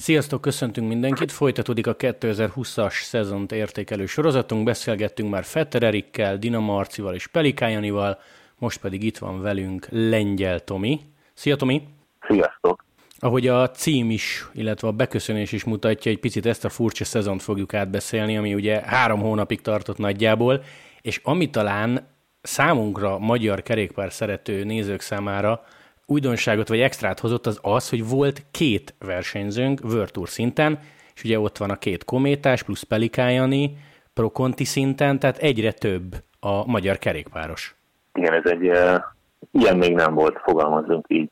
Sziasztok, köszöntünk mindenkit! Folytatódik a 2020-as szezont értékelő sorozatunk. Beszélgettünk már Fetter Erikkel, Dina Marcival és Pelikány Janival, most pedig itt van velünk Lengyel Tomi. Szia Tomi! Sziasztok! Ahogy a cím is, illetve a beköszönés is mutatja, egy picit ezt a furcsa szezont fogjuk átbeszélni, ami ugye 3 hónapig tartott nagyjából, és ami talán számunkra, magyar kerékpár szerető nézők számára újdonságot vagy extrát hozott, az az, hogy volt 2 versenyzőnk World Tour szinten, és ugye ott van a 2 kométás, plusz Pelikány Jani, Pro Conti szinten, tehát egyre több a magyar kerékpáros. Igen, ez egy ilyen még nem volt, fogalmazunk így.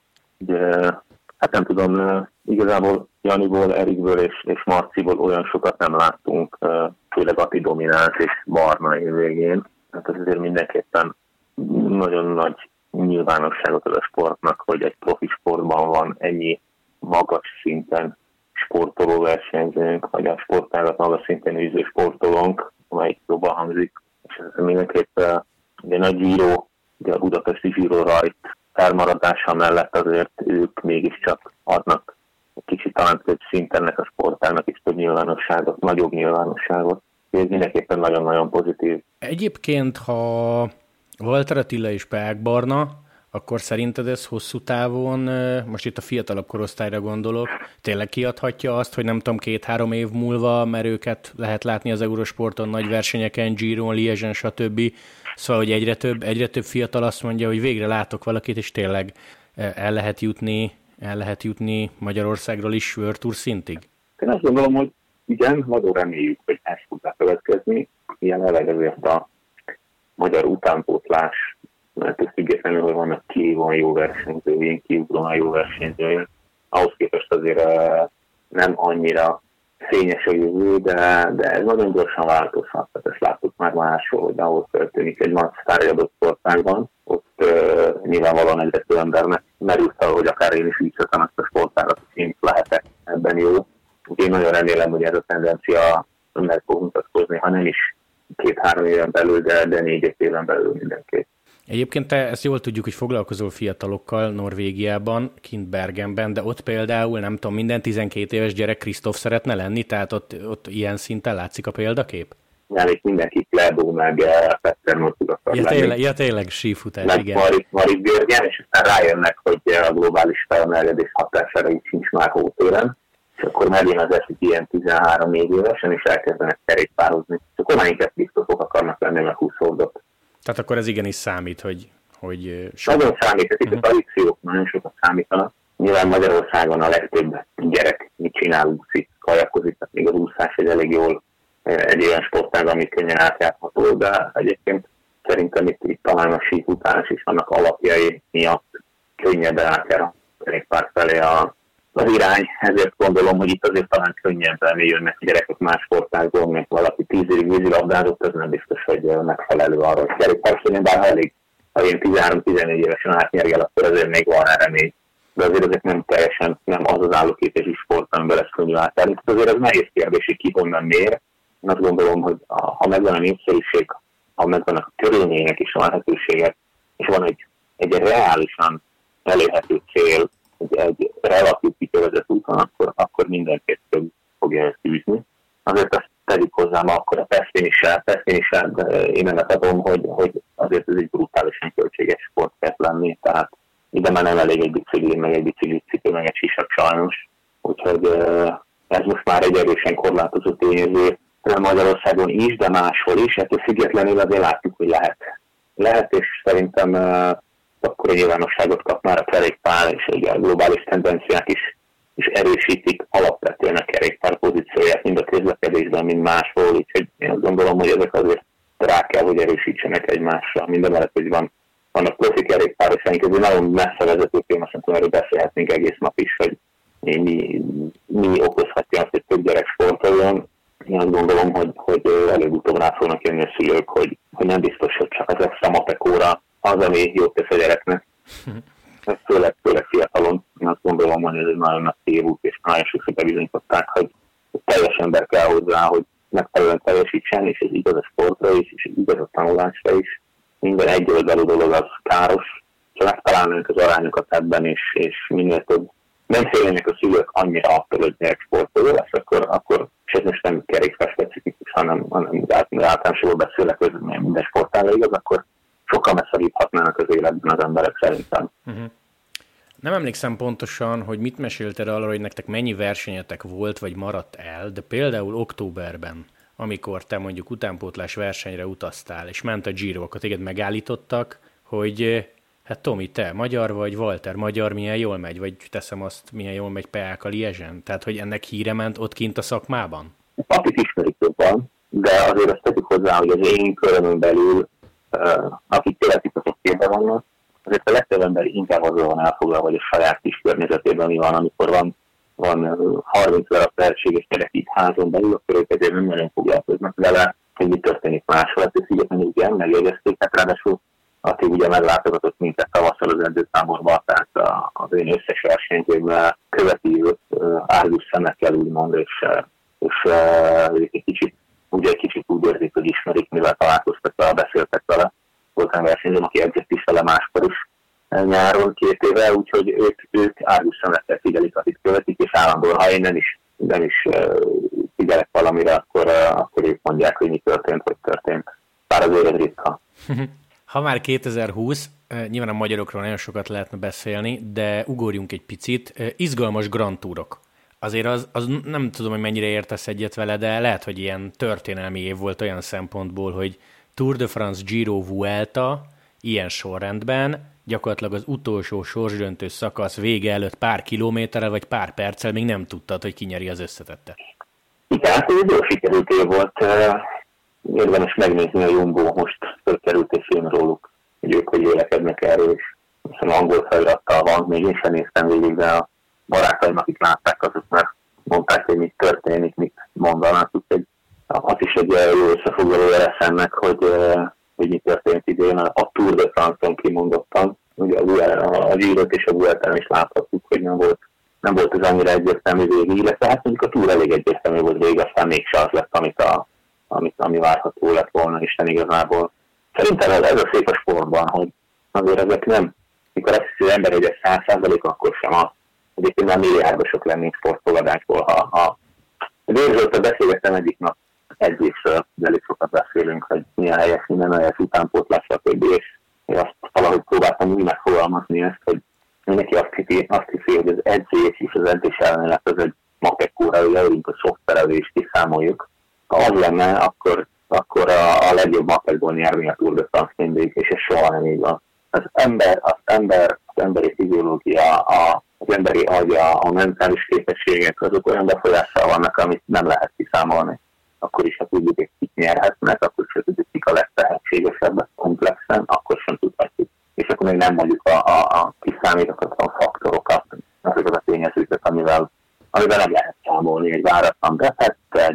Hát nem tudom, igazából Janiból, Erikből és Marciból olyan sokat nem láttunk, főleg Ati dominált és Barna végén. Hát ez azért mindenképpen nagyon nagy nyilvánosságot ad a sportnak, hogy egy profi sportban van ennyi magas szinten sportoló versenyzőnk, vagy a sportágat magas szinten űző sportolónk, amelyik jobban hangzik. És ez mindenképpen ugye nagy Giro, ugye a budapesti Giro rajt felmaradása mellett azért ők mégiscsak adnak egy kicsit talán több szintennek a sportágnak is több nyilvánosságot, nagyobb nyilvánosságot. Ez mindenképpen nagyon-nagyon pozitív. Egyébként, ha Walter Attila és Peák Barna, akkor szerinted ez hosszú távon, most itt a fiatalabb korosztályra gondolok, tényleg kiadhatja azt, hogy nem tudom, 2-3 év múlva, mert őket lehet látni az Eurosporton, nagy versenyeken, Giron, Liège-en, stb. Szóval, hogy egyre több fiatal azt mondja, hogy végre látok valakit, és tényleg el lehet jutni Magyarországról is World Tour szintig. Én azt gondolom, hogy igen, nagyon reméljük, hogy ez fog bekövetkezni. Jelenleg azért a magyar utánpótlás, mert ez függetlenül, hogy vannak kívül jó versenyzőink, kívülön jó versenyzőink. Ahhoz képest azért nem annyira fényes a jövő, de ez nagyon gyorsan változhat. Tehát ezt láttuk már máshol, hogy ahol történik egy nagy sztár egy adott sportágban, ott nyilvánvalóan egyre több embernek merült fel, hogy akár én is ügyszötem ezt a sportágat, hogy én lehetek ebben jó. Úgyhogy én nagyon remélem, hogy ez a tendencia meg fog mutatkozni, ha nem is 2-3 éven belül, de 4-5 éven belül mindenképp. Egyébként te ezt jól tudjuk, hogy foglalkozol fiatalokkal Norvégiában, kint Bergenben, de ott például, nem tudom, minden 12 éves gyerek Krisztóf szeretne lenni, tehát ott ilyen szinten látszik a példakép? Ja, itt mindenki Kledó, meg Petter Motul akar lenni. Ja, tényleg sífutás, meg igen. Marit Björgen, és aztán rájönnek, hogy a globális felmelegedés hatására így sincs már hótéren, és akkor megjön az eset ilyen 13-4 évesen, és elkezdenek kerékpározni. És akkor már inkább Krisztófok akarnak lenni, meg 20 oldot. Tehát akkor ez igenis számít, hogy nagyon számít, itt a tradíciók nagyon sokat számítanak. Nyilván Magyarországon a legtöbb gyerek mit csinál, úszik, kajakozik, tehát még az úszás egy elég jól egy olyan sportág, amit könnyen átjárható, de egyébként szerintem itt talán a sífutás is annak alapjai miatt könnyebben átjár a kerékpár felé az irány, ezért gondolom, hogy itt azért talán könnyebben jönnek a gyerekek más sportágból, mint valaki 10 évig vízilabdázott, ez nem biztos, hogy megfelelő arra, hogy kerékpáros legyen, bár ha én 13-14 évesen átnyergel, akkor azért még van rá remény. De azért ezek nem teljesen, nem az az állóképesi sport, amiben lesz könnyű átjárni. Azért ez nehéz kérdés, hogy ki honnan mér. Én azt gondolom, hogy ha megvan a népszerűség, ha megvannak a körülmények és a lehetőségek, és van egy reálisan elérhető cél, egy relatív kikövezett úton, akkor mindenképp fogja ezt űzni. Azért azt tegyük hozzám, akkor a Pestin-isel, én ennek adom, hogy azért ez egy brutálisan költséges sport kell lenni, tehát ide már nem elég egy bicikli, meg egy biciklicipő, meg egy sisak sajnos. Úgyhogy ez most már egy erősen korlátozó tényező Magyarországon is, de máshol is. Ettől függetlenül azért látjuk, hogy lehet, és szerintem akkor a nyilvánosságot kap már a kerékpár, és a globális tendenciák is erősítik alapvetően a kerékpár pozícióját, mind a közlekedésben, mind máshol, úgyhogy én azt gondolom, hogy ezek azért rá kell, hogy erősítsenek egymásra. Mindemellett, hogy vannak profi kerékpárosaink, ez egy nagyon messze vezető téma, szerintem erről beszélhetnénk egész nap is, hogy mi okozhatja azt, hogy több gyerek sportoljon. Én azt gondolom, hogy előbb-utóbb rá fognak jönni a szülők, hogy nem biztos, hogy csak az extra mapekóra az, ami jót tesz a gyereknek. Ez főleg fiatalon. Én azt gondolom, hogy ez egy nagyon nagy tévút, és nagyon sokszor bebizonyították, hogy teljes ember kell hozzá, hogy megfelelően teljesítsen, és ez igaz a sportra is, és igaz a tanulásra is. Minden egyoldalú dolog az káros. Ha megtalálnánk az arányokat ebben is, és minél több nem félnének a szülők annyira attól, hogy gyerek sportoló lesz, akkor és ez most nem kerékpár specifikus, hanem általánosról beszélek, hogy minden sportára igaz, akkor sokkal messzebb juthatnának az életben az emberek szerintem. Nem emlékszem pontosan, hogy mit meséltél arra, hogy nektek mennyi versenyetek volt, vagy maradt el, de például októberben, amikor te mondjuk utánpótlás versenyre utaztál, és ment a Giro, akkor téged megállítottak, hogy hát Tomi, te magyar vagy, Walter magyar, milyen jól megy, vagy teszem azt, milyen jól megy Peák a Liezsen? Tehát, hogy ennek híre ment ott kint a szakmában? Akik ismerik jobban, de azért azt tegyük hozzá, hogy az én körömön belül, akik követik, azok képben vannak, azért a legtöbb ember inkább azzal van elfoglalva, hogy a saját kis környezetében mi van, amikor van 30 darab tehetséges gyerek itt házon belül, akkor ők ezért nem nagyon foglalkoznak vele, hogy mi történik máshol. Ez szigetlen igen, megjegyezték, hát ráadásul aki ugye meglátogatott minket tavasszal az edzőtáborba, tehát az én összes versenyzőmmel követi őt árgus szemekkel úgymond, és egy kicsit úgy érzik, hogy ismerik, mivel találkoztak vele, beszéltek vele. Volt olyan versenyzőm, aki edzett is vele máskor is nyáron 2 éve, úgyhogy ők árgus szemekkel figyelik, akit követik, és állandóan, ha én nem is figyelek valamire, akkor ők mondják, hogy mi történt, hogy történt. Bár azért ez ritka. Ha már 2020, nyilván a magyarokról nagyon sokat lehetne beszélni, de ugorjunk egy picit. Izgalmas Grand Tourok. Azért az nem tudom, hogy mennyire értesz egyet vele, de lehet, hogy ilyen történelmi év volt olyan szempontból, hogy Tour de France, Giro, Vuelta, ilyen sorrendben, gyakorlatilag az utolsó sorsdöntő szakasz vége előtt pár kilométerrel vagy pár perccel még nem tudtad, hogy ki nyeri az összetettet. Igen, hát ez jó sikerült év volt. Érdemes megnézni, a Jumbo most fölkerült egy film róluk, hogy ők hogy vélekednek erről, és hiszen angol felirattal van, még én sem néztem végig, de a barátaim, akik látták, azok már mondták, hogy mit történik, mit mondanak, úgyhogy az is egy jó összefoglalója lesz ennek, hogy mi történt idén a Tour de France-on kimondottan. Ugye a Girot és a Vueltán is láthatjuk, hogy nem volt ez annyira egyértelmű végig, illetve hát mondjuk a Tour elég egyértelmű volt végig, aztán mégse az lett, ami várható lett volna Isten igazából. Szerintem ez a szép a sportban, hogy azért ezek nem, mikor azt hiszi az ember, hogy ez 100%, akkor sem az. Egyébként már milliárdosok lennénk sportfogadásból. Vérzsöltől beszélgettem egyik nap edzésről, de elég sokat beszélünk, hogy milyen helyes, minden helyes utánpótlás, stb. És azt valahogy próbáltam úgy megfogalmazni ezt, hogy mindenki azt hiszi, hogy az edzés és az edzés elmélet az egy matekóra, hogy leülünk a szoftverelő és kiszámoljuk. Ha az lenne, akkor a legjobb matekból nyerni a Tour de France mindig, és ez soha nem így van. Az emberi fiziológia, az emberi agya, a mentális képességek, azok olyan befolyással vannak, amit nem lehet kiszámolni. Akkor is, ha tudjuk, hogy kik nyerhetnek, akkor sem tudjuk, kik a legtehetségesebb komplexen, akkor sem tudhatjuk. És akkor még nem mondjuk a kiszámítokat, a faktorokat, azokat a tényezőket, amivel nem lehet számolni, egy váratlan defekt,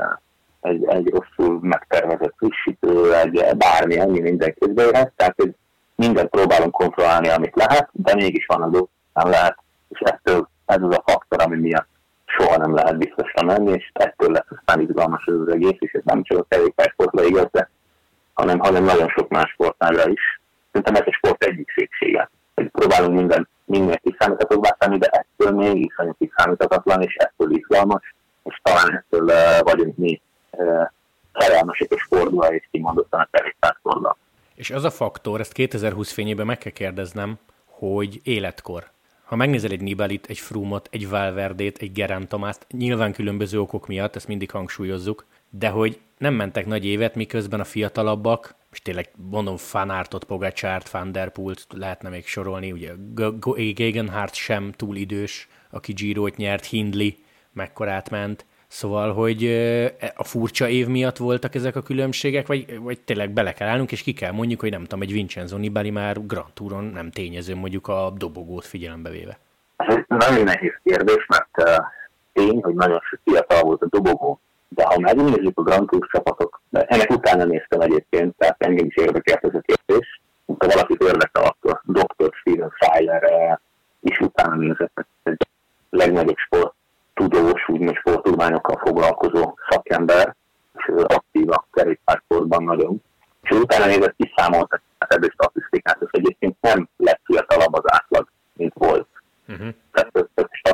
egy rosszul megtervezett frissítő, bármi, annyi minden közbejöhet, tehát mindent próbálunk kontrollálni, amit lehet, de mégis van a dolog, nem lehet, és ez az a faktor, ami miatt soha nem lehet biztosra menni, és ettől lesz aztán izgalmas az egész, és ez nem csak a kerékpársportra igaz, hanem nagyon sok más sportágra is. Szerintem ez a sport egyik szépsége, hogy próbálunk minden kiszámíthatóbbá tenni, de ettől még iszonyú kiszámíthatatlan, és ettől izgalmas, és talán ettől vagyunk mi szerelmesek a sportba, és kimondottan a kerékpársportba. És az a faktor, ezt 2020 fényében meg kell kérdeznem, hogy életkor. Ha megnézel egy Nibalit, egy Froome-ot, egy Valverdét, egy Geraint Thomást, nyilván különböző okok miatt, ezt mindig hangsúlyozzuk, de hogy nem mentek nagy évet, miközben a fiatalabbak, és tényleg mondom Van Aertot, Pogačárt, Van der Poelt, lehetne még sorolni, ugye Gegenhardt sem túl idős, aki Girót nyert, Hindley mekkorát ment, szóval, hogy a furcsa év miatt voltak ezek a különbségek, vagy tényleg bele kell állnunk, és ki kell mondjuk, hogy nem tudom, egy Vincenzo Nibali már Grand Touron nem tényező, mondjuk a dobogót figyelembe véve. Ez nagyon nehéz kérdés, mert tény, hogy nagyon sok fiatal volt a dobogó, de ha megnézzük a Grand Tour csapatok, de ennek utána néztem egyébként, tehát engem is érdekelt ez a kérdés, ha valakit érdekel, akkor Dr. Steven Feiler is utána nézett, egy legnagyobb tudós, úgymond sporttudományokkal foglalkozó szakember, és aktív a kerékpársportban nagyon. És utána nézett, kiszámoltak ebből statisztikát, és egyébként nem lett fiatalabb az átlag, mint volt. Tehát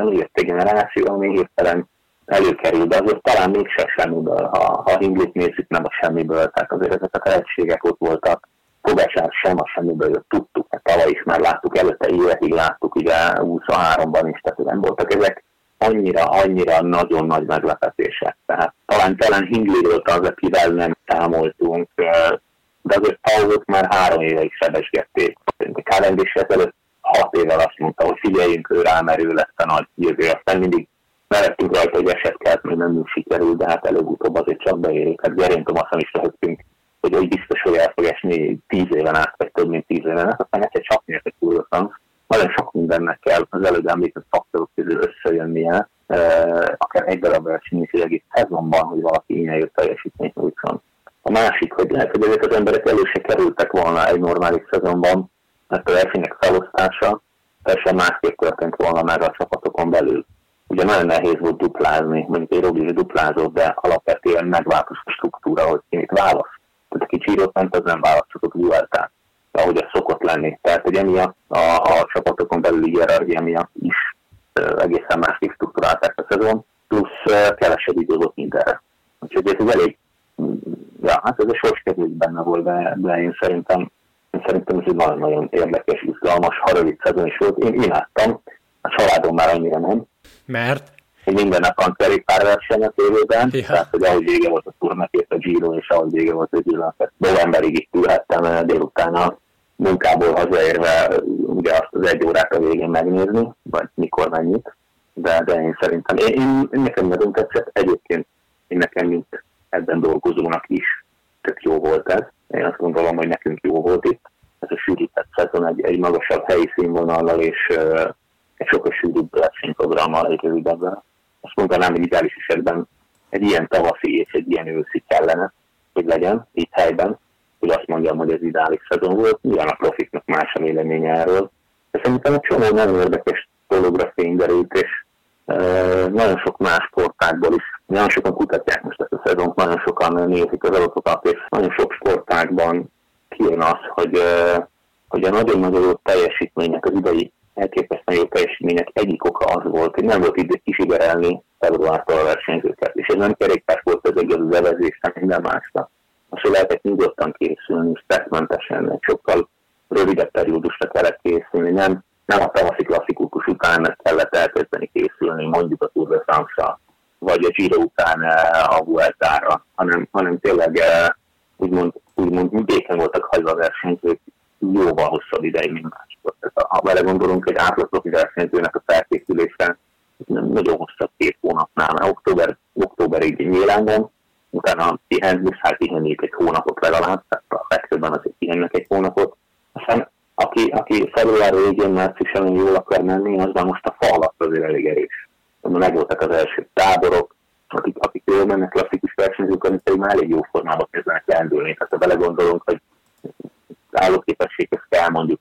aztán jött egy generáció, ami hirtelen előkerül, de azért talán mégsem semmiből, ha Hindlit nézzük, nem a semmiből, tehát azért ezek a tehetségek ott voltak, Pogačar sem a semmiből jött, tudtuk, mert tavaly is már láttuk, előtte évekig láttuk, ugye 23-ban is, tehát nem voltak ezek annyira nagyon nagy meglepetések. Tehát talán Hindley volt az, akivel nem számoltunk, de azért Paulot már 3 éve is sebesgették. Cavendish ezelőtt 6 évvel azt mondta, hogy figyeljünk ő rá, mert ő lesz a nagy jövő. Aztán mindig nevettünk rajta, hogy eset kellett, még nem sikerül, de hát előbb-utóbb azért csak beérik. Hát Geraint Thomason is lehettünk, hogy biztos, hogy el fog esni 10 éven át, vagy több mint 10 éven át, aztán egyszer csak nyert egy kurva. Nagyon sok mindennek kell az előbb említett faktorok közül összejönnie, akár egy darab verseny is, egész szezonban, hogy valaki ilyen jött teljesítményt nyújtson. A másik, hogy lehet, hogy ezek az emberek elő se kerültek volna egy normális szezonban, mert a versenynek felosztása teljesen másképp történt volna meg a csapatokon belül. Ugye nagyon nehéz volt duplázni, mondjuk egy Roglic duplázott, de alapvetően megváltozott a struktúra, hogy ki mit választ. Tehát aki Girot ment, az nem választhatott Vueltát, ahogy ez szokott lenni. Tehát, hogy emiatt a csapatokon belüli hierarchia miatt is egészen másképp struktúrálták a szezon, plusz kevesebb idő volt mindenre. Úgyhogy ez elég, hát ez a sorskedvés benne volt, de én szerintem ez egy nagyon-nagyon érdekes, izgalmas, ha rövid szezon is volt. Én imádtam, a családom már annyira nem. Mert? Én minden nap van kerékpárverseny a tévében, tehát hogy ahogy vége volt a turnek, a Giro, és ahogy vége volt a Giro, novemberig itt ülhettem délután a munkából hazaérve, ugye azt az 1 órát a végén megnézni, vagy mikor mennyit, de én szerintem, én nekem nagyon tetszett, egyébként én nekem, mint ebben dolgozónak is tök jó volt ez. Én azt gondolom, hogy nekünk jó volt itt. Ez a sűrített szezon egy magasabb helyi színvonallal és egy sokkal sűrűbb versenyprogrammal, egy rövidebben. Azt mondanám, hogy ideális esetben egy ilyen tavaszi és egy ilyen őszi kellene, hogy legyen itt helyben, hogy azt mondjam, hogy ez ideális szezon volt. Nyilván a profiknak más a véleménye erről. De szerintem egy csomó nagyon érdekes dologra fényderült, és nagyon sok más sportágból is, nagyon sokan kutatják most ezt a szezont, nagyon sokan nézik az adatokat, és nagyon sok sportágban kijön az, hogy a nagyon-nagyon jó teljesítmények, az idei elképesztően jó teljesítmények egyik oka az volt, hogy nem volt idő kisigerelni februártól a versenyzőket, és ez nem kerékpár volt, ez az evezés, nem minden másra. Most lehetett nyugodtan készülni, stresszmentesen, egy sokkal rövidebb periódusra kellett készülni, nem a tavaszi klasszikus után kellett elkezdeni készülni, mondjuk a Tour de France-ra, vagy a Giro után a Vueltára, hanem tényleg úgymond béken voltak hagyva a versenyzők jóval hosszabb ideig, mint máskor. Ha belegondolunk, egy átlag profi versenyzőnek a felkészülése nagyon hosszabb 2 hónapnál, mert októberig Milán van, utána muszáj pihenniük egy hónapot legalább, tehát a legtöbben azért pihennek egy hónapot. Aztán aki február végén, márciuson jól akar menni, az már most a fa alatt azért elég erős. Megvoltak az első táborok, akik jól mennek klasszikus versenyzők, amik pedig már elég jó formában kezdenek lendülni. Tehát ha belegondolunk, hogy állóképességhez kell mondjuk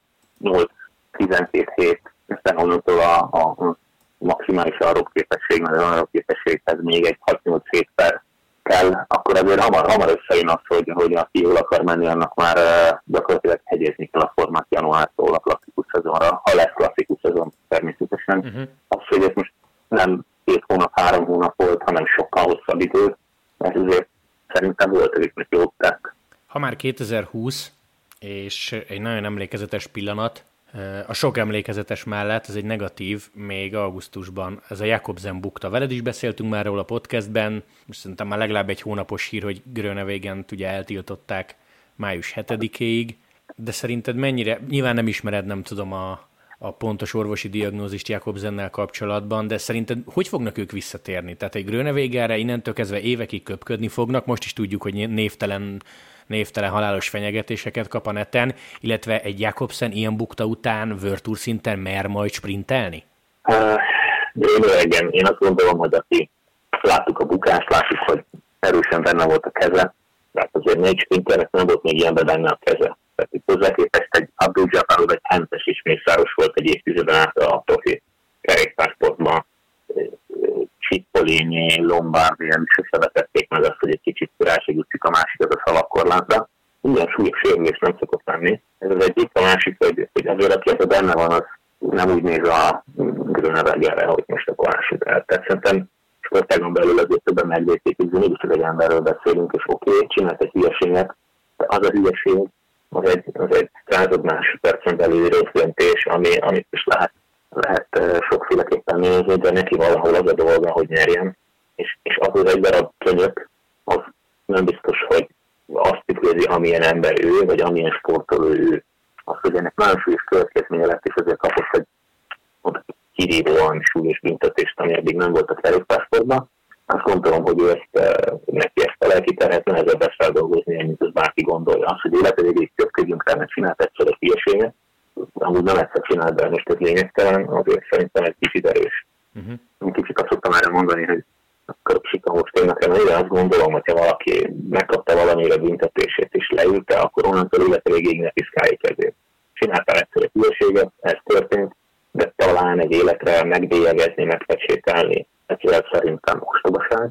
8-12 hét, aztán onnantól a maximális arróképesség, mert az arróképességhez még egy 6-8 hét kell, akkor azért hamar összejön az, hogy aki jól akar menni, annak már gyakorlatilag hegyezni kell a formát januártól a klasszikus szezonra, ha lesz klasszikus szezon természetesen. Az, hogy ez most nem 2 hónap, 3 hónap volt, hanem sokkal hosszabb idő, mert azért szerintem volt ezeknek jó tett. Ha már 2020, és egy nagyon emlékezetes pillanat, a sok emlékezetes mellett, ez egy negatív, még augusztusban, ez a Jakobsen bukta. Veled is beszéltünk már róla a podcastben, most szerintem már legalább egy hónapos hír, hogy Groenewegent ugye eltiltották május 7-éig, de szerinted mennyire, nyilván nem ismered, nem tudom a pontos orvosi diagnózist Jakobsennel kapcsolatban, de szerinted hogy fognak ők visszatérni? Tehát egy Groenewegenre innentől kezdve évekig köpködni fognak, most is tudjuk, hogy névtelen halálos fenyegetéseket kap a neten, illetve egy Jakobsen ilyen bukta után World Tour szinten mer majd sprintelni? Én azt gondolom, hogy aki láttuk a bukást, látjuk, hogy erősen benne volt a keze, tehát azért négy sprinternek nem volt még ilyenben benne a keze. Tehát itt hozzá képest egy Abdul Jabbar, egy hentes is mészáros volt egy évtizeden át a profi kerékpársportban. Cipollini, Lombardi, sose vetették meg azt, hogy egy kicsit rásegítsük a másikat a szalagkorlátra. Minden súlyos sérülés nem szokott lenni. Ez az egyik, a másik, hogy azért aki ebben benne van, az nem úgy néz a Grönewegerre, hogy most a Balázsot el. Tehát szerintem sportágon belül azért többen megvédték, hogy mégiscsak egy emberről beszélünk, és oké, csinált egy hülyeséget, de az a hülyeség, az egy század másodpercen belül rossz döntés, amit is lehet sokféleképpen nézni, de neki valahol az a dolga, hogy nyerjen. És az egy darab könyök, az nem biztos, hogy azt tükrözi, amilyen ember ő, vagy amilyen sportoló ő. Az, hogy ennek nagyon súlyos következménye lett, és azért kapott egy kirívóan súlyos büntetést, ami eddig nem volt a kerékpársportban. Azt gondolom, hogy ő neki ezt a lelki terhet nehezebb ezt feldolgozni, mint az bárki gondolja. Az, hogy életedvégéig köpködjünk rá, mert csinált egyszer a hülyeséget, amúgy nem egyszer csinált, de most ez lényegtelen, azért szerintem egy kicsit erős. Kicsit azt szoktam erre mondani, hogy a köpsika most én nekem én azt gondolom, hogyha valaki megkapta valamire büntetését és leülte, akkor onnantól életvégéig ne piszkáljuk ezért. Csináltál egyszer egy hülyeséget, ez történt, de talán egy életre megbélyegezni, megpecsételni, egyébként szerintem ostobaság.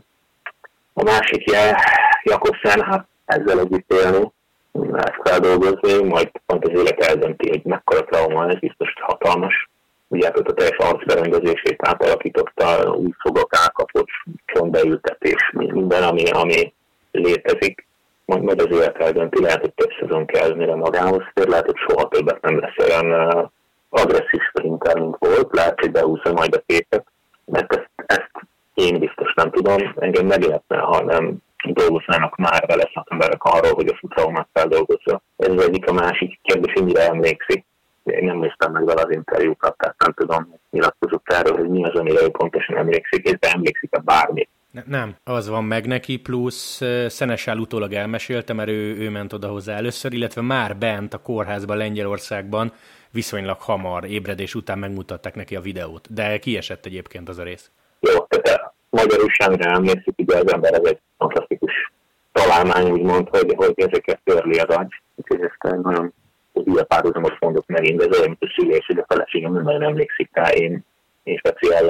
A másik Jakobsen, hát ezzel együtt élni, ezt feldolgozni, majd pont az élet eldönti, hogy mekkora trauma, ez biztos hatalmas. Ugye a teljes arcberendezését átalakította, új fogak elkapott, csontbeültetés, minden, ami létezik. Majd az élet eldönti, lehet, hogy több szezon kell, mire magához tér, lehet, hogy soha többet nem lesz olyan agresszív sprinter, mint volt, lehet, hogy behúzza majd a képet, mert ezt én biztos nem tudom, engem meglepne, ha nem dolgoznának már vele szakemberek arról, hogy a futraumát feldolgozza. Ez az egyik, a másik kérdés, hogy mire emlékszik. Én nem néztem meg vele az interjúkat, tehát nem tudom, nyilatkozott erről, hogy mi az, amire ő pontosan emlékszik, és emlékszik-e bármit. Nem, az van meg neki, plusz Szenesál utólag elmesélte, mert ő ment oda hozzá először, illetve már bent a kórházban Lengyelországban viszonylag hamar ébredés után megmutatták neki a videót, de kiesett egyébként az a rész. Jó, tehát magyarul semmire emlékszik, ugye az ember ez egy fantasztikus találmány, úgymond, hogy ezeket törli az agy, úgyhogy ezt nagyon hülye párhuzamot mondok megint, de ez olyan, mint a szülés, hogy a feleségem nem nagyon emlékszik rá, én speciál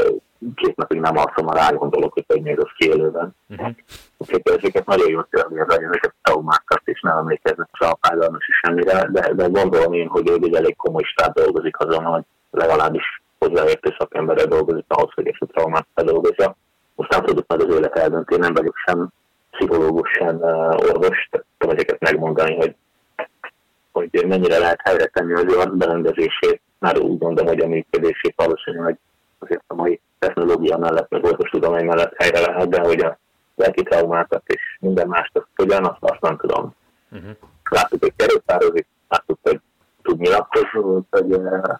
2 napig nem alszom, rá gondolok, hogy még az kiélőben. Úgyhogy ezeket nagyon jól törni az agy, ezeket traumákat, és nem emlékeznek se a fájdalmas is semmire, de gondolom én, hogy egy elég komoly stáb dolgozik azon, hogy legalábbis hozzáértő szakemberrel dolgozik ahhoz, hogy ezt a traumát feldolgozza. Most nem tudok majd az élet eldönteni, nem vagyok sem pszichológus, sem orvos, tudom ezeket megmondani, hogy mennyire lehet helyre tenni az ő arcberendezését, már úgy gondolom, hogy a működését valószínűleg azért a mai technológia mellett, meg orvostudomány mellett helyre lehet, de hogy a lelki traumákat és minden mást hogyan, azt nem tudom. Láttuk, hogy kerékpározik, láttuk, hogy tud nyilatkozni, hogy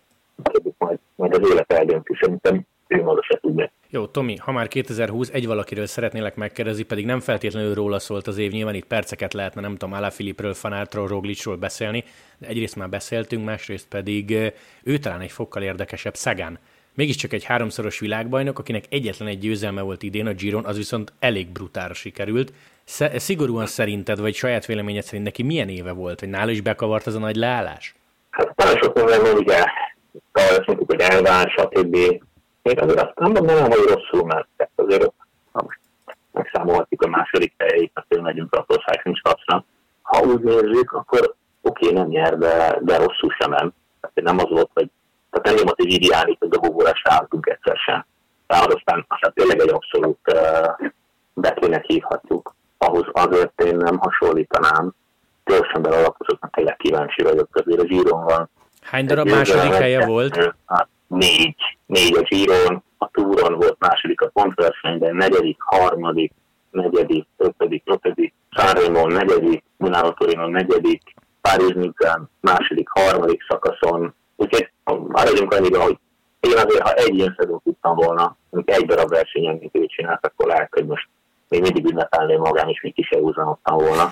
majd az élet eldönti, szerintem ő maga se tudja. Jó, Tomi, ha már 2020, egy valakiről szeretnélek megkérdezni, pedig nem feltétlenül róla szólt az év, nyilván itt perceket lehetne, nem tudom, Alaphilippről, Van Aertről, Roglicról beszélni, de egyrészt már beszéltünk, másrészt pedig ő talán egy fokkal érdekesebb, Sagan. Mégiscsak egy 3-szoros világbajnok, akinek egyetlen egy győzelme volt idén a Giron, az viszont elég brutálra sikerült. Szigorúan szerinted, vagy saját véleményed szerint neki milyen éve volt, hogy nála is bekavart az a nagy leállás? Hát nagyon sok mindenben ugye, azt mondjuk, hogy elvár, stb. Még azért azt nem mondom, hogy rosszul, mert azért most megszámolhatjuk a második helyét, azért megyünk a Cycling Statsra. Ha úgy nézzük, akkor oké, nem nyer, de rosszul sem nem. Tehát nem az volt, hogy tehát nem nyomott egy ideális, hogy dobogóra se álltunk egyszer sem. Tehát aztán tényleg egy abszolút betlének hívhatjuk. Ahhoz azért én nem hasonlítanám. Gyorsan belalapozott, mert tényleg kíváncsi vagyok, azért a Giron van. Hány darab második helye volt? Négy a Giron, a Touron volt második a pontversenyben, negyedik, harmadik, negyedik, ötödik, Sanremon negyedik, Milano Torino negyedik, Párizs-Nizzán második, harmadik szakaszon. Úgyhogy maradjunk annyira, hogy én azért, ha egy ilyen szezon tudtam volna, amikor egy darab versenyen, mint ő csinált, akkor lehet, hogy most még mindig ünnepelném magám, és még ki se húzanottam volna.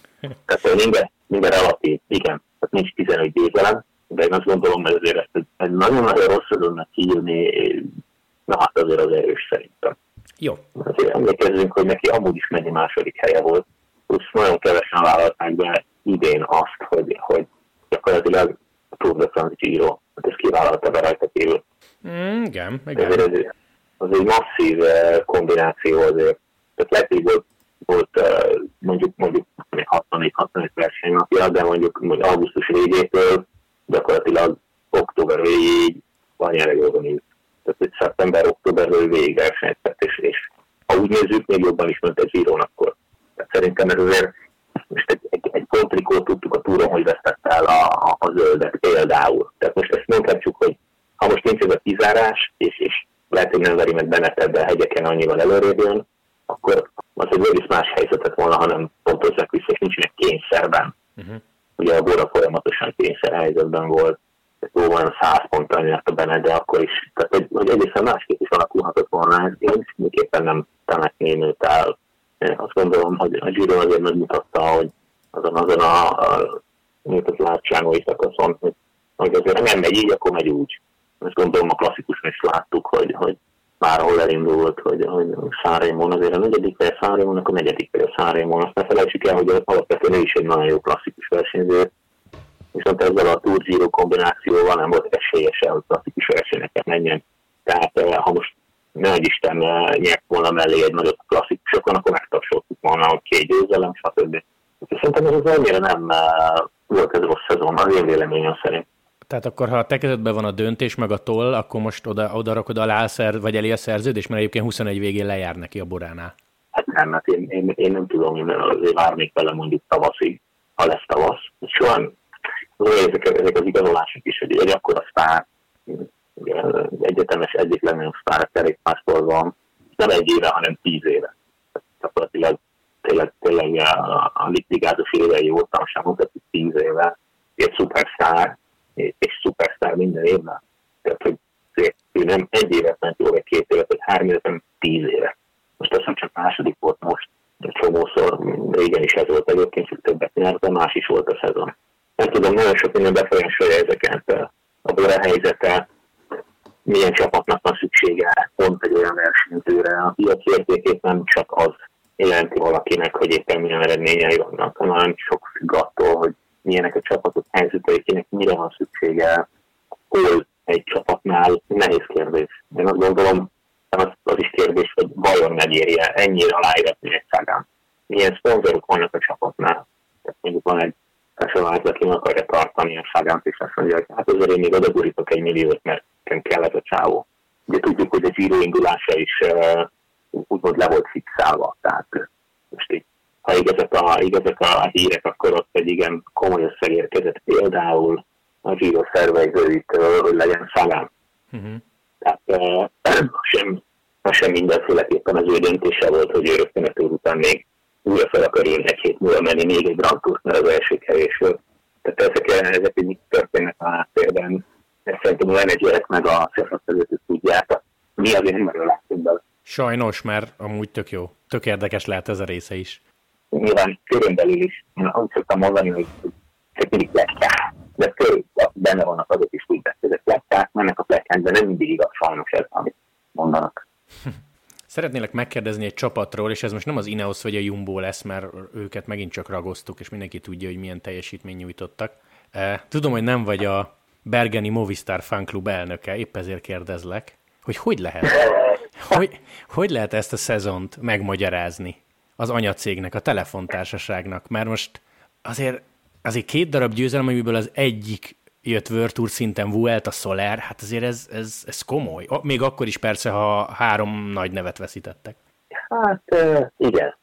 Tehát minden relatív, igen, tehát nincs 11 győzelem, de én azt gondolom, hogy azért ezt egy nagyon-nagyon rossz szezonnak kiírni, na hát azért az erős szerintem. Jó. Azért emlékezzünk, hogy neki amúgy is mennyi második helye volt, plusz nagyon kevesen vállalták be idén azt, hogy gyakorlatilag a Tour de France Giro, hát ezt kivállalta be rajta kívül. Igen. Az egy masszív kombináció azért. Tehát lehet, hogy volt mondjuk 64-65 versenynapja, de mondjuk augusztus végétől gyakorlatilag október végéig Banyaregon ült. Tehát, hogy szeptember-októberről végig versenyzett, és ha úgy nézzük, még jobban is ment egy Giron akkor. Tehát szerintem ez azért most egy kontrikót tudtuk a túron, hogy vesztett el a zöldet például. Tehát most ezt mondhatjuk, hogy ha most nincs ez a kizárás, és lehet, hogy nem veri meg Benettet, de a hegyeken annyival előrébb jön, akkor az egy egész más helyzetet volna, hanem pontozzák vissza, és nincsenek kényszerben. Ugye a Bora folyamatosan kényszer helyzetben volt, jóval 100 ponttal nyert a Bennett, de akkor is, tehát hogy egészen másképp is alakulhatott volna, én mindenképpen nem temetném őt el. Azt gondolom, hogy a Giro azért megmutatta, hogy azon a látságói szakaszon, hogy azért nem megy így, akkor megy úgy. Azt gondolom, a klasszikusan is láttuk, hogy már ahol elindult, hogy Sanremón azért a negyedik, vagy a Sanremonnak a negyedik, vagy a Sanremón. Azt ne felejtsük el, hogy alapvetően ő is egy nagyon jó klasszikus versenyző, viszont ezzel a Tour Giro kombinációval nem volt esélyese, hogy klasszikus versenyeket menjen. Tehát ha most nehogy Isten nyert volna mellé egy nagyobb klasszikusokon, akkor megtapsoltuk volna, hogy 2 győzelem, stb. Szerintem ez annyira nem volt ez rossz szezon, az én véleményem szerint. Tehát akkor, ha a te kezedben van a döntés meg a toll, akkor most oda rakod alá vagy elé a szerződés, mert egyébként 21 végén lejár neki a Boránál. Hát nem, hát én nem tudom, hogy azért várnék vele mondjuk tavaszig, ha lesz tavasz. Soha ezek az igazolások is, hogy egy akkora sztár, egyetemes egyik legnagyobb sztár a kerékpársportban, nem 1 éve, hanem 10 éve. Gyakorlatilag tényleg a ligázos évei óta, sem mondhatjuk 10 éve, egy szupersztár, és szupersztár minden évben. Tehát, hogy ő nem 1 évet ment jó, vagy 2 évet, vagy 3 évet, hanem 10 éve. Most azt csak második volt most, egy csomószor, régen is ez volt egyébként, csak többet nyert, de más is volt a szezon. Nem tudom, nagyon sok minden befolyásolja ezeket, a Bora helyzete, milyen csapatnak van szüksége pont egy olyan versenyzőre. A piac értékét nem csak az jelenti valakinek, hogy éppen milyen eredményei vannak, hanem sok függ attól, hogy milyenek a csapatok helyzeteikének, mire van szüksége, hol egy csapatnál. Nehéz kérdés. Én azt gondolom, az is kérdés, hogy vajon megéri-e ennyire aláíratni egy szágán. Milyen szponzorok vannak a csapatnál. Tehát mondjuk van egy esemányt, aki meg akarja tartani a szágánt, és azt mondja, hogy hát azért én még odagurítok 1 milliót, mert nekem kellett a csávó. Ugye tudjuk, hogy a Giro indulása is úgymond le volt fixálva. Tehát most így, ha igazak a hírek, akkor ott egy igen komoly összeg érkezett például a Giro szervezőitől, hogy legyen Sagan. Tehát sem mindenféleképpen az ő döntése volt, hogy ő rögtön a Tour után még újra fel akar írni 1 hét múlva menni még egy Grand Tourt, mert az első kerésről. Tehát ezek így történnek a háttérben. Ezt szerintem a menedzserek meg a szervezők tudják. Mi azért nem erről látunk bele. Sajnos, mert amúgy tök jó. Tök érdekes lehet ez a része is. Nyilván körön belül is. Én úgy szoktam mondani, hogy csak mindig pletykák. De benne vannak azok is úgy, hogy ezek pletykák, mennek a pletykák, de nem mindig igaz sajnos ez, amit mondanak. Szeretnélek megkérdezni egy csapatról, és ez most nem az Ineos vagy a Jumbo lesz, mert őket megint csak ragoztuk, és mindenki tudja, hogy milyen teljesítmény nyújtottak. Tudom, hogy nem vagy a bergeni Movistar Fanklub elnöke, épp ezért kérdezlek, hogy lehet? Hogy lehet ezt a szezont megmagyarázni az anyacégnek, a telefontársaságnak? Mert most azért 2 darab győzelem, amiből az egyik jött World Tour szinten, Vuelta, Soler, hát azért ez komoly. Még akkor is persze, ha 3 nagy nevet veszítettek. Hát igen.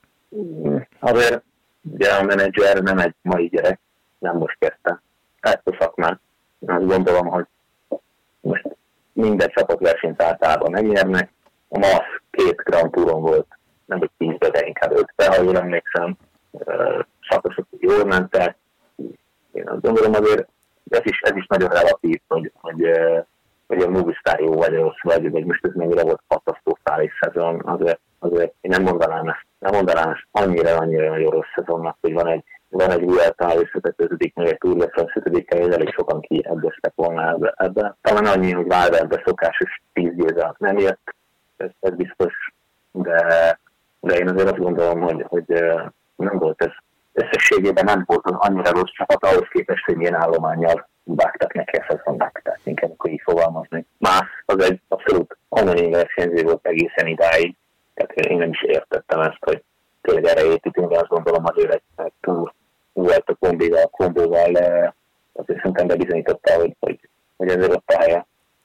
Azért ugye a menedzser nem egy mai gyerek, nem most kezdte. Ezt a szakmát. Azt gondolom, hogy most minden csapatversenyt általában megnyernek. A MASZ 2 Grand Touron volt, nem hogy 10, de inkább 5-ben, ha jól emlékszem. Szakaszok jól mentek. Én azt gondolom azért, ez is nagyon relatív, hogy a Movistar jó vagy rossz vagy most ez mennyire volt katasztrofális szezon. Azért én nem mondanám ezt annyira nagyon rossz szezonnak, hogy van egy Vuelta összetetőződik, meg egy Tour de France 5. helyén, elég sokan kiebbeztek volna ebbe. Talán annyi, hogy Valverde szokásos 10 győzelem nem jött, ez biztos, de én azért azt gondolom, hogy nem volt ez összességében nem volt az annyira rossz csapat ahhoz képest, hogy milyen állománnyal vágtak neki a szezonnak, tehát inkább akkor így fogalmazni. Más az egy abszolút anonim versenyző volt egészen idáig, tehát én nem is értettem ezt, hogy tényleg erre építünk, de azt gondolom azért egy túl volt a kombóval azért szerintem bebizonyította, hogy ezért ott a helye.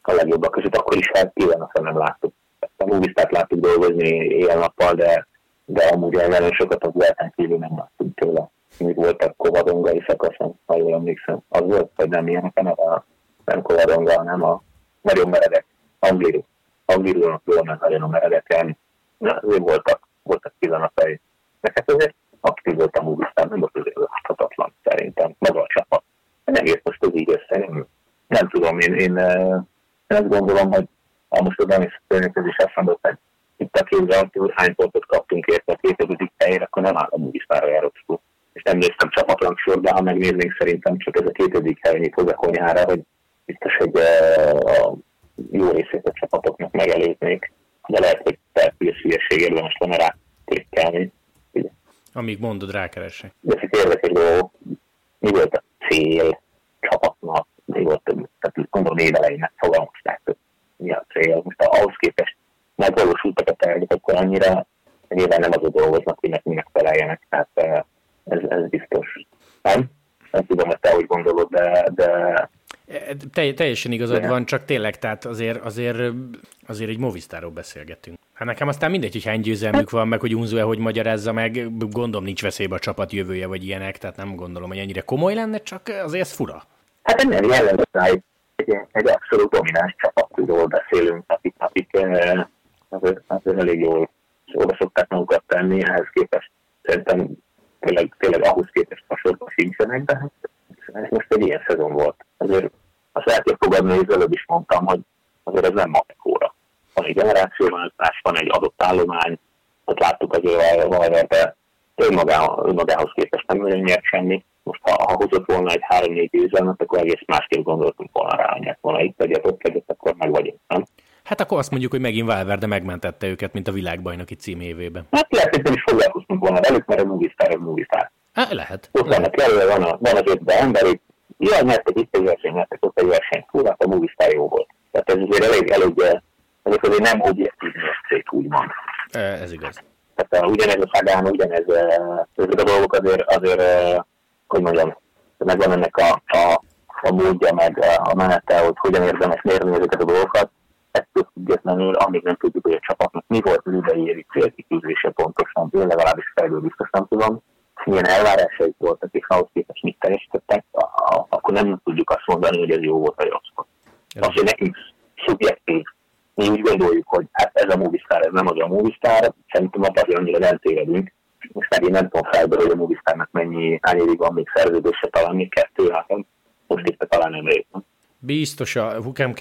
a legjobbak között, akkor is hát kíván, nem láttuk. A Movistar láttuk dolgozni éjjel-nappal, de amúgy nagyon sokat az Vueltán kívül nem láttunk tőle. Még voltak Covadongai szakaszon, ha jól emlékszem. Az volt, vagy nem ilyenek, nem Covadonga, hanem a nagyon meredek Angliru-nak jól meg nagyon meredeken. Azért voltak pillanatai. De hát azért aktív volt a Movistar, nem volt azért láthatatlan szerintem. Maga a csapat. Egész most ez így össze. Nem tudom, én azt gondolom, hogy most a Denis Főnököz is azt mondott, hogy itt a képzel, hogy hány pontot kaptunk érte a 2000. helyére, akkor nem áll a Movistarra járócskó. És nem néztem csapatrangsorba, ha megnéznénk, szerintem csak ez a 2. hely nyit hozzá konyhára, hogy biztos, hogy a jó részét a csapatoknak megelőznék, de lehet, hogy település hülyeség érdemes lenne rá klikkelni. Amíg mondod, rákeresek. De ez itt érdekes dolgok. Mi volt a cél csapatnak? Mi volt, tehát gondolom évelején megfogalmazták, hogy mi a cél. Most ahhoz képest megvalósultak a tervek, akkor annyira nyilván nem azon dolgoznak, hogy minek feleljenek. Tehát ez biztos. Nem tudom, hogy te úgy gondolod, de... Teljesen igazad van, csak tényleg, tehát azért egy Movistarról beszélgetünk. Hát nekem aztán mindegy, hogy hány győzelmük van, meg hogy Unzue hogy magyarázza meg, gondolom nincs veszélybe a csapat jövője, vagy ilyenek, tehát nem gondolom, hogy ennyire komoly lenne, csak azért ez fura. Hát ennél jellemző egy abszolút domináns csapatról beszélünk, akik azért elég jól oda szokták magukat tenni, ehhez képest szerintem tényleg ahhoz képest hasonlóan sincsenek, de ez most egy ilyen szezon volt. Azért azt el kell fogadni, hogy előbb is mondtam, hogy azért ez nem matekóra. Van egy generációváltás, van egy adott állomány, ott láttuk azért a Valverde, önmagához képest nem nagyon nyert semmi. Most ha hozott volna egy 3-4 győzelmet, akkor egész másképp gondoltunk volna rá, hogy nyert volna itt egyet, ott egyet, akkor meg vagyunk, nem? Hát akkor azt mondjuk, hogy megint Valverde megmentette őket, mint a világbajnoki cím évében. Hát lehet, hogy nem is foglalkoztunk volna velük, mert a Movistar. Lehet. Ott vannak jelölve, van az 5 emberük, jaj, nyertek itt egy versenyt, nyertek ott egy versenyt, hú, hát a Movistar jó volt. Tehát ez azért elég ezek azért nem objektív mércék, úgymond. Ez igaz. Tehát ugyanez a Sagan, ezek a dolgok azért hogy mondjam, megvan ennek a módja, meg a menete, hogy hogyan érdemes mérni ezeket a dolgokat. Ettől függetlenül, amíg nem tudjuk, hogy a csapatnak mi volt az idei évi célkitűzése pontosan, én legalábbis fejlő biztos nem tudom, milyen elvárásaik voltak, és ahhoz képest mit teljesítettek, akkor nem tudjuk azt mondani, hogy ez jó volt, vagy rossz volt. Azt, hogy nekünk szubjektív, mi úgy gondoljuk, hogy hát ez a Movistar, ez nem az a Movistar, szerintem abban annyira nem tévedünk. Most megint nem tudom fejből, hogy a Movistarnak hány évig van még szerződése, talán még 2-3, most itt talán nem régen. Biztos, a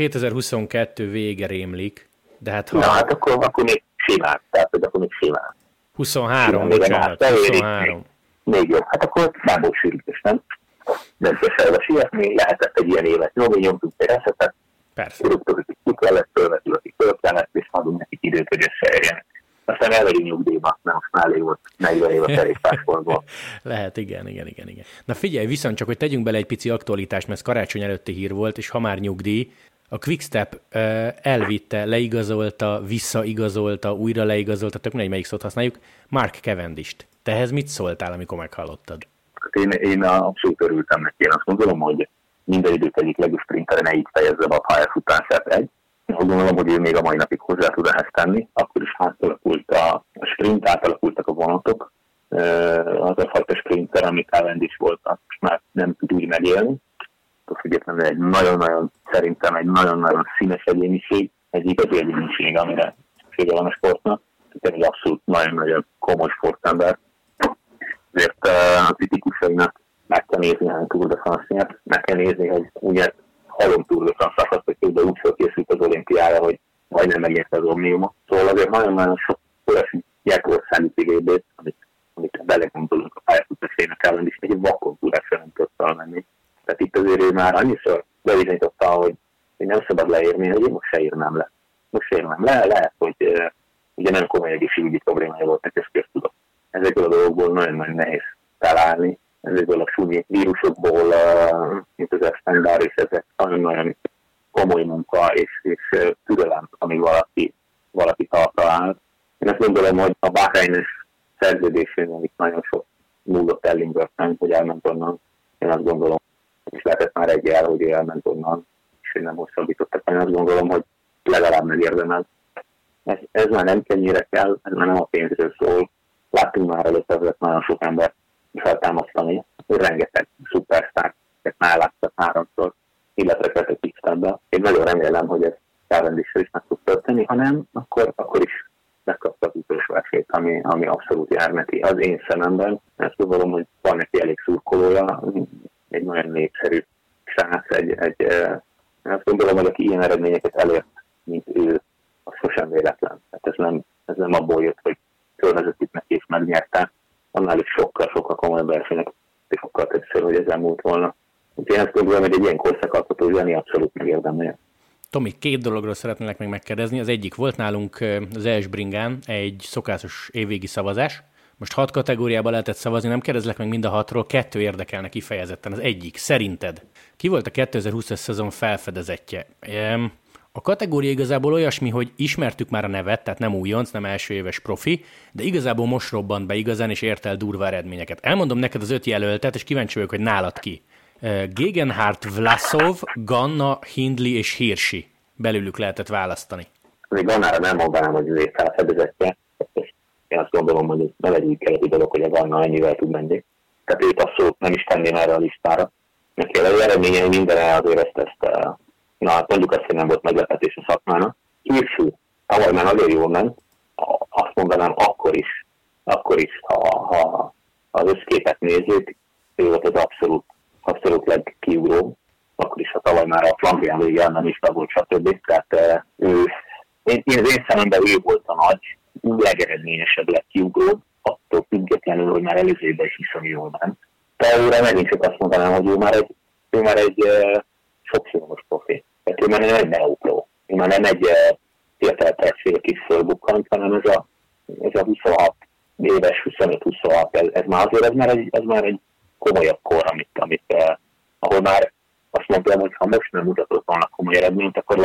2022 vége rémlik, de hát ha... Na hát akkor még simán, tehát akkor még simán. 23, bocsánat, 23. Még jobb, hát akkor nem volt sürgős, nem? Nem kell sietni, lehetett egy ilyen évet nyomtunk egy eszetet, persze. Rúgtuk, hogy ki kellett, fölvetül, aki föl kellett, és adunk nekik időt, hogy összeérjenek. Aztán elvegyünk nyugdíjba, mert most már elég volt 40 év a kerékpársportból. Lehet, igen. Na figyelj, viszont csak, hogy tegyünk bele egy pici aktualitást, mert ez karácsony előtti hír volt, és ha már nyugdíj, a Quickstep elvitte, leigazolta, visszaigazolta, újra leigazolta, tök mindegy, melyik szót használjuk, Mark Cavendist. Te ehhez mit szóltál, amikor meghallottad? Én abszolút örültem neki. Én azt gondolom, hogy minden idők egyik legjobb sprintere ne így fejezze be a pályafutását egy. Azt gondolom, hogy ő még a mai napig hozzá tud ehhez tenni. Akkor is átalakult a sprint, átalakultak a vonatok. Az a fajta sprinter, ami Cavendish volt, most már nem tud úgy megélni. Függetlenül szerintem egy nagyon-nagyon színes egyéniség, egy igazi egyéniség, amire szüksége van a sportnak. Tehát egy abszolút nagyon-nagyon komoly sportember. Ezért a kritikusainak meg kell nézni, hány Tour de France-nyert, meg kell nézni, hogy ugye halom Tour de France szakasz, hogy például úgy fölkészült az olimpiára, hogy majdnem megérte az omniumot. Szóval azért nagyon-nagyon sok olyasmi nyertországi VB-t, amit belegondolunk a pályafutásainak ellen, és egy vakon tudásra nem tudott felmenni. Tehát itt azért ő már annyiszor bebizonyította, hogy nem szabad leírni, hogy én most se írnám le. Lehet, hogy ugye nem komoly egészségügyi problémája volt, neki ezt köztudott. Ezekből a dolgokból nagyon-nagyon nehéz találni. Ezekből a súnyi vírusokból, mint az esztendár, és ezek nagyon-nagyon komoly munka és türelem, amíg valaki talál. Én azt gondolom, hogy a Bahreines szerződésén, amit nagyon sok múlott Ellingworth, hogy elment onnan, én azt gondolom, és lehetett már egy jel, hogy elment onnan, is, hogy nem hosszabbítottak. Én azt gondolom, hogy legalább megérdemel. Ez már nem kenyére kell, ez már nem a pénzről szól. Láttunk már előtt nagyon sok embert feltámasztani, rengeteg szupersztár, már láttak 3-szor, illetve tettek X-be. Én nagyon remélem, hogy ez Cavendish-sel is meg tud történni, ha nem, akkor is megkapta az utolsó esélyt, ami abszolút jár neki. Az én szememben, ezt gondolom, hogy van neki elég szurkolója, egy nagyon népszerű srác, azt gondolom, hogy aki ilyen eredményeket elért, mint ő, az sosem véletlen. Tehát ez nem abból jött, hogy körvezetít neki és megnyerte, annál is sokkal komolyabb versenyek, és sokkal többször, hogy ez elmúlt volna. Úgyhogy én azt gondolom, hogy egy ilyen korszakalkotó zseni abszolút megérdemelje. Tomi, 2 dologról szeretnélek még megkérdezni. Az egyik volt nálunk az ES-bringán egy szokásos évvégi szavazás. Most 6 kategóriában lehetett szavazni, nem kérdezlek meg mind a 6-ról, 2 érdekelne kifejezetten. Az egyik, szerinted ki volt a 2020-as szezon felfedezetje? A kategória igazából olyasmi, hogy ismertük már a nevet, tehát nem újonc, nem első éves profi, de igazából most robbant be igazán, és ért el durva eredményeket. Elmondom neked az 5 jelöltet, és kíváncsi vagyok, hogy nálad ki. Gegenhardt, Vlasov, Ganna, Hindley és Hirschi. Belőlük lehetett választani. Még Gannára nem mondanám, hogy ő felfedezetje. Én azt gondolom, hogy ez nem egy úgy keleti dolog, hogy a Ganna ennyivel tud menni. Tehát őt abszolút nem is tenném erre a listára. Neki az eredményei mindenre azért ezt mondjuk azt, hogy nem volt meglepetés a szakmának. Hirschi, tavaly már nagyon jól ment, azt mondanám akkor is, ha az összképet nézzük, ő volt az abszolút legkiugró, akkor is, ha tavaly már a Flandrián végén nem is volt, stb. Tehát én az én szememben ő volt a nagy, legeredményesebb, legkiugró, attól függetlenül, hogy már előző évben is hiszem jól ment. Talóra megint csak azt mondanám, hogy ő már egy sokszínűs profi. Tehát ő már nem egy neopró. Ő már nem egy fiatal tehetség, aki fölbukkant, hanem ez a 26 éves, 25-26, ez már azért, ez már egy komolyabb kor, ahol már azt mondtam, hogy ha most nem mutatott volna komoly eredményt, akkor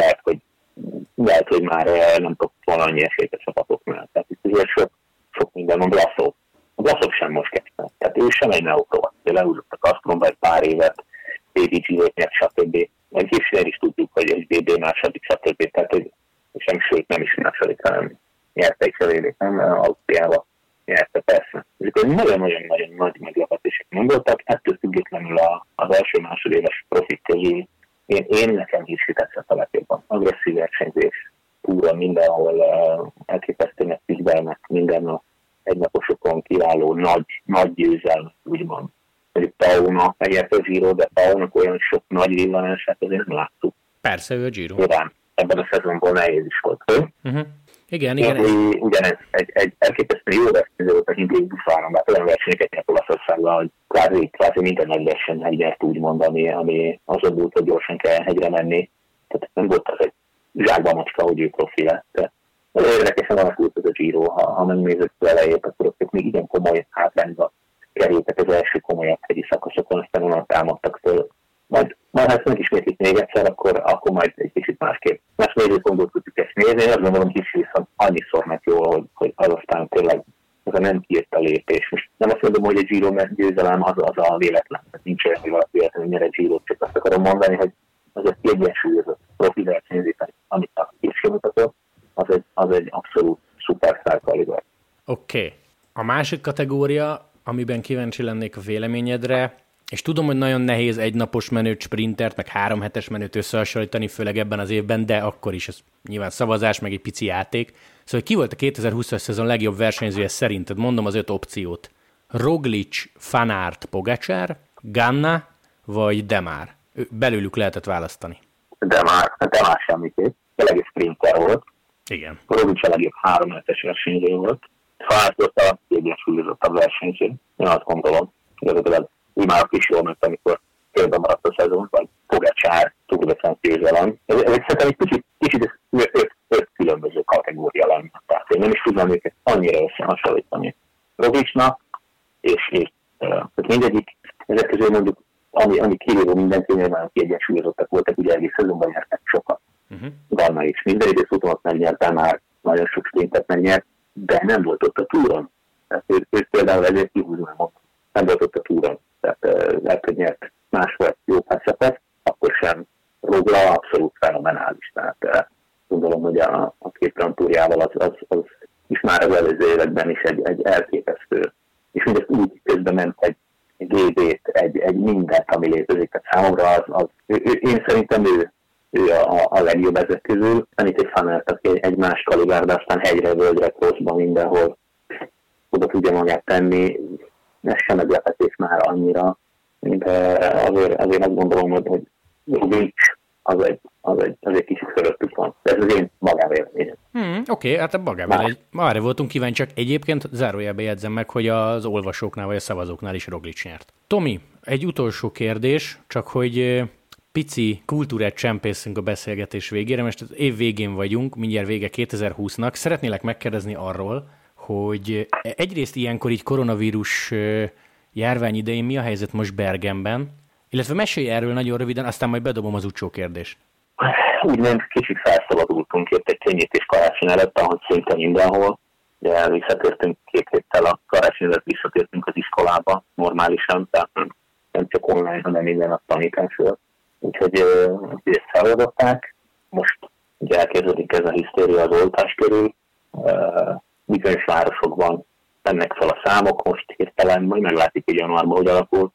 lehet, hogy már nem tudok volna annyi esélyt a csapatoknál. Tehát itt sok minden van. Vlasov sem most kezdte. Tehát ő sem egy neopró. Leúzott a Gazpromba egy pár évet, BDG-t nyert, stb. Meg Hirschinél is tudjuk, hogy egy BB második, stb. Tehát sőt nem is második, hanem nyerte egy cserélék, nem Ausztriába nyerte, persze. Ezek nagyon-nagyon nagy meglepetések nem voltak, ettől függetlenül az első-másodéves profik közül én nekem Hirschi tetszett a legjobban. Agresszív versenyzés, túra mindenhol elképesztőnek küzdelmek, minden a egynaposokon kiváló nagy győzelmek, úgymond. Mondjuk Pauna megérte a Giro, de Paunak olyan sok nagy villanását azért nem láttuk. Persze, ő a Giro. Nyilván ebben a szezonból nehéz is volt. Igen. Ugyanez egy elképesztően jó versenyző volt a Hindley buszáron, mert olyan versenyeket nyert Olaszországban, hogy kvázi minden nagy versenyen nyert úgy mondani, ami azon volt, hogy gyorsan kell hegyre menni. Tehát nem volt az egy zsákba macska, hogy ő profi lett. Érdekesen alakult ez a Giro, ha megnézett az elejét, akkor ott még igen komoly hátrányba kerültek az első komolyabb hegyi szakaszokon, aztán onnan támadtak föl. Majd ha ezt megismétlik még egyszer, akkor majd egy kicsit másképp. Más nézőpontból tudjuk ezt nézni, én azt gondolom, hogy Hirschi viszont annyiszor ment jól, hogy az aztán tényleg ez a nem kiért a lépés. Most nem azt mondom, hogy egy Giro győzelem az a véletlen. Tehát nincs olyan, hogy valaki véletlenül nyer egy Girot, csak azt akarom mondani, hogy az egy kiegyensúlyozott profi versenyzés, amit a Hirschi mutatott, az egy abszolút szupersztár kaliber. Oké. A másik kategória, amiben kíváncsi lennék a véleményedre, és tudom, hogy nagyon nehéz egynapos menőt, sprintert, meg 3 hetes menőt összehasonlítani, főleg ebben az évben, de akkor is ez nyilván szavazás, meg egy pici játék. Szóval ki volt a 2020-as szezon legjobb versenyzője szerinted? Mondom az 5 opciót. Roglic, Van Aert, Pogačar, Ganna vagy Demar? Belőlük lehetett választani. Demar semmiképp. A legjobb sprinter volt. Igen. Roglic a legjobb 3 hetes versenyző volt. Van Aert volt a kiegyensúlyozottabb versenyző. Én azt gondolom. Úgy már is jól ment, amikor körben maradt a szezon, vagy Pogačar, Tour de France győzelem. Ez szerintem egy kicsit 5 különböző kategória lenne. Tehát én nem is tudnám őket annyira összehasonlítani. Roglicnak, és mindegyik, ezek közül mondjuk, ami kirívó mindenkinél már kiegyensúlyozottak voltak, ugye egész szezonban nyertek sokat. Ganna is minden idős futamot megnyert, már nagyon sok sprintet megnyert, de nem volt ott a túron. Tehát őt például ezért kihúznám ott. Nem volt ott a túron. Tehát lehet, hogy nyert más vagy jó perceket, akkor sem róla abszolút fenomenális. Tehát gondolom, hogy a két Grand Tourjával az is már az előző években is egy elképesztő. És mindezt úgy közben ment egy GB-t, egy mindent, ami létezik. Tehát számomra én szerintem ő a legjobb ezek közül. Itt egy Fanelt, aki egy más kalibár, de aztán hegyre, völgyre, crossban mindenhol oda tudja magát tenni. Ez sem meglepetés már annyira. De azért azt gondolom, hogy Roglic az egy kicsit fölöttük van. De ez az én magávéleményem. Oké, hát a magávélemény. Már voltunk kíváncsiak. Egyébként zárójelbe jegyzem meg, hogy az olvasóknál vagy a szavazóknál is Roglic nyert. Tomi, egy utolsó kérdés, csak hogy pici kultúrát csempészünk a beszélgetés végére. Most az év végén vagyunk, mindjárt vége 2020-nak. Szeretnélek megkérdezni arról, hogy egyrészt ilyenkor így koronavírus járvány idején mi a helyzet most Bergenben, illetve mesélj erről nagyon röviden, aztán majd bedobom az utcsó kérdést. Úgymond kicsit felszabadultunk itt egy könnyítés karácsony előtt, ahogy szinte mindenhol. De visszatértünk 2 héttel a karácsony előtt, visszatértünk az iskolába normálisan, tehát nem csak online, hanem minden nap tanítás volt. Úgyhogy ezt feloldották. Most ugye elkezdődik ez a hisztéria az oltás körül. Bizonyos városokban mennek fel a számok, most hirtelen, majd meglátjuk, hogy januárban hogy alakul.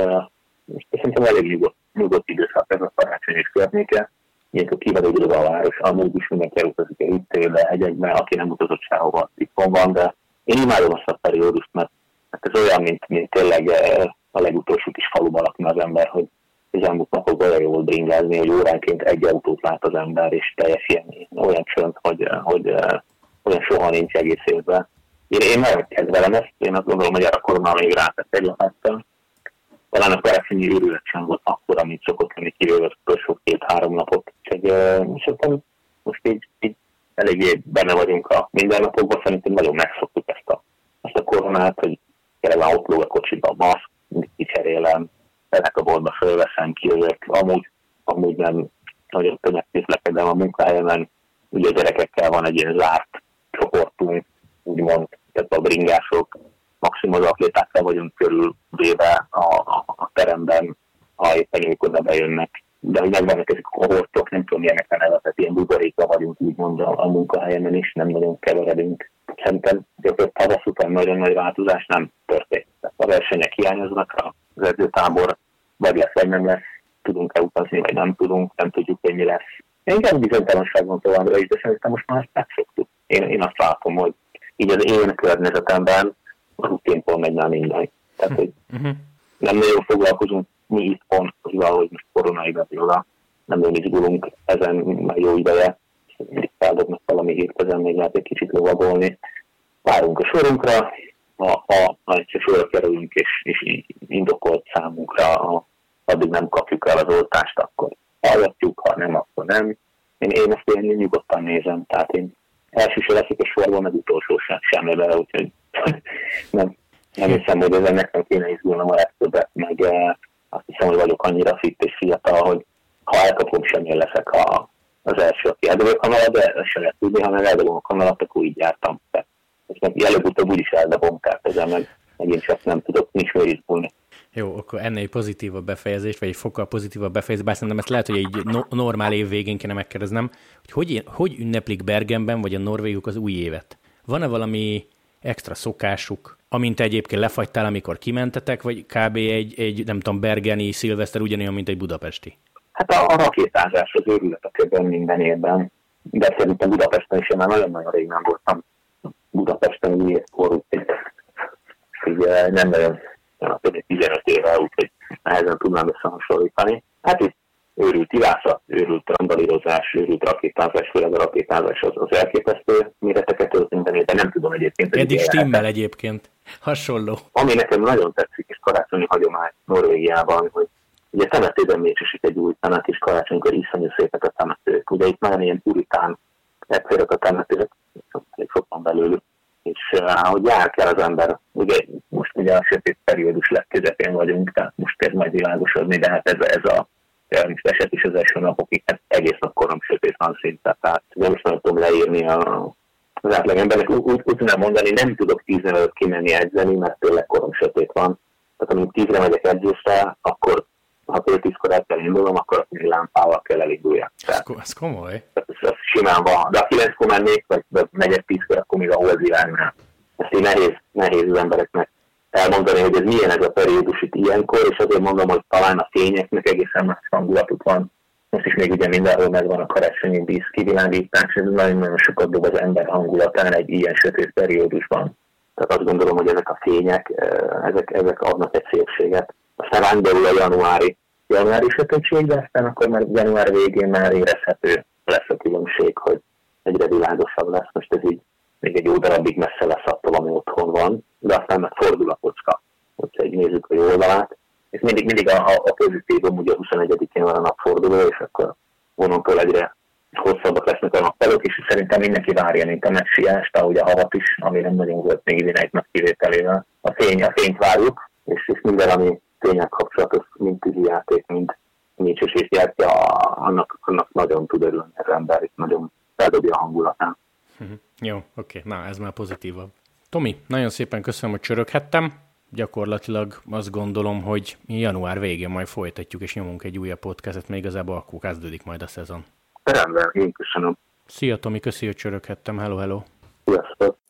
Szerintem elég nyugodt időszak ez a karácsonyos környéke. Ilyenkor kivelődő a város, amúgy is mindenki elutazik egy hittébe, hegyekbe, aki nem utazott sehova, itthon van, de én imádom azt a periódust, mert ez olyan, mint tényleg a legutolsó kis faluban lakni az ember, hogy az elmúlt napokban olyan jól bringázni, hogy óránként egy autót lát az ember, és teljes olyan csönd, hogy olyan soha nincs egész évben. Én nagyon kedvelem ezt, én azt gondolom, hogy a korona még rátett egy lapáttal. Talán a karácsonyi őrület sem volt akkor, amit szokott lenni, kivéve az utolsó 2-3 napot. Úgyhogy most így eléggé benne vagyunk a mindennapokban, szerintem nagyon megszoktuk ezt a koronát, hogy tényleg autóba, a kocsiba, a maszk, mindig kicserélem, ennek a boltba fölveszem, kijövök, amúgy nem nagyon tömegkészlekedem a munkahelyemen, ugye a gyerekekkel van egy ilyen zárt csoportunk, úgymond, tehát a bringások, maximum az atlétákkal vagyunk körülvéve a teremben, ha éppen ők oda bejönnek. De hogy megvannak ezek a kohortok, nem tudom milyenek a neve, tehát ilyen buborékba vagyunk úgymond a munkahelyemen is, nem nagyon keveredünk. Szerintem gyakorlatilag tavasz után nagyon nagy változás nem történt. Tehát a versenyek hiányoznak, az edzőtábor vagy lesz, vagy nem lesz, tudunk-e utazni, vagy nem tudunk, nem tudjuk, hogy mi lesz. Inkább bizonytalanság van továbbra is, de szerintem most már ezt megszoktuk. Én azt látom, hogy így az én környezetemben a rutinból megy már minden. Tehát, hogy nem nagyon foglalkozunk mi itthon, hogy most korona igazolva, nem nagyon izgulunk ezen már jó ideje. Mindig feldobnak valami hirtelen, még lehet egy kicsit lovagolni. Várunk a sorunkra, ha egyszer sorra kerülünk, és indokolt számunkra, addig nem kapjuk el az oltást, akkor hallgatjuk, ha nem, akkor nem. Én ezt én nyugodtan nézem, tehát én első se leszek a sorban, meg utolsó semmi bele, úgyhogy nem hiszem, hogy ezen nekem kéne izgulnom a legtöbbet, meg azt hiszem, hogy vagyok annyira fit és fiatal, hogy ha elkapom, semmilyen leszek az első, aki eldobom a kanalat, de ezt sem lehet tudni, ha meg eldobom a kanalat, akkor így jártam. És meg előbb-utóbb úgyis eldobom, tehát ezzel megint csak nem tudok, nincs miért izgulni. Jó, akkor ennél egy pozitívabb befejezést, vagy egy fokkal pozitívabb befejezést, bár szerintem ezt lehet, hogy egy normál év végén kéne megkérdeznem, hogy ünneplik Bergenben, vagy a norvégok az új évet? Van-e valami extra szokásuk, amint egyébként lefagytál, amikor kimentetek, vagy kb. egy nem tudom, bergeni szilveszter ugyanolyan, mint egy budapesti? Hát a rakétázás az őrület a köbben minden évben, de szerintem Budapesten is én már nagyon-nagyon rég nem voltam Budapesten új évkor, úgyhogy nem nagyon 15 éve, úgyhogy nehezen tudnám összehasonlítani. Hát itt őrült ivászat, őrült randalírozás, őrült rakétázás, főleg a rakétázás az elképesztő méreteket ölt minden évben, nem tudom egyébként. Eddig stimmel egyébként, hasonló. Ami nekem nagyon tetszik, és karácsonyi hagyomány Norvégiában, hogy ugye temetőben mécsesít egy új temet, és karácsonykor iszonyú szépek a temetők. Ugye itt nagyon ilyen puritán egyszerűek a temetők, elég sokan belőlük, és ahogy jár kell az ember, ugye most ugye a sötét periódus legközepén vagyunk, tehát most kezd majd világosodni, de hát ez a eset is az első napokig, hát egész nap korom sötét van szinte, tehát nem is nem tudom leírni az átlagembernek. Úgy tudnám mondani, nem tudok 10 előtt kimenni edzeni, mert tényleg korom sötét van. Tehát amint 10-re megyek edzésre, akkor ha 10-kor el kell indulnom, akkor azt még lámpával kell elinduljak. Ez komoly. Ez simán van. De a 9-kor mennék, vagy 4-10-kor, akkor még ahol az iránynál. Ezt így nehéz az embereknek elmondani, hogy ez milyen ez a periódus itt ilyenkor, és azért mondom, hogy talán a fényeknek egészen más hangulatuk van. Most is még ugye mindenhol megvan a karácsonyi dísz kivilágítás, ez nagyon-nagyon sokat dob az ember hangulatán egy ilyen sötét periódusban. Tehát azt gondolom, hogy ezek a fények, ezek adnak egy szépséget. Aztán ránk belül a januári sötétség, de aztán akkor már január végén már érezhető lesz a különbség, hogy egyre világosabb lesz. Most ez így még egy jó darabig messze lesz attól, ami otthon van, de aztán meg fordul a kocka, hogyha így nézzük a jó oldalát. És mindig a pozitívum, ugye a 21-én van a napforduló, és akkor onnantól egyre hosszabbak lesznek a nappalok, és szerintem mindenki várja, mint a megsiást, ahogy a havat is, ami nem nagyon volt még idén egy nap kivételével. A fényt várjuk, és minden, ami fények kapcsolatos, mint tűzijáték, mint nincs és gyertya, annak nagyon tud örülni az ember, és nagyon feldobja a hangulatán. Jó, oké. Na, ez már pozitívabb. Tomi, nagyon szépen köszönöm, hogy csöröghettem. Gyakorlatilag azt gondolom, hogy január végén majd folytatjuk, és nyomunk egy újabb podcastet, mert igazából akkor kezdődik majd a szezon. Rendben, én köszönöm. Szia Tomi, köszi, hogy csöröghettem. Hello, hello. Sziasztok.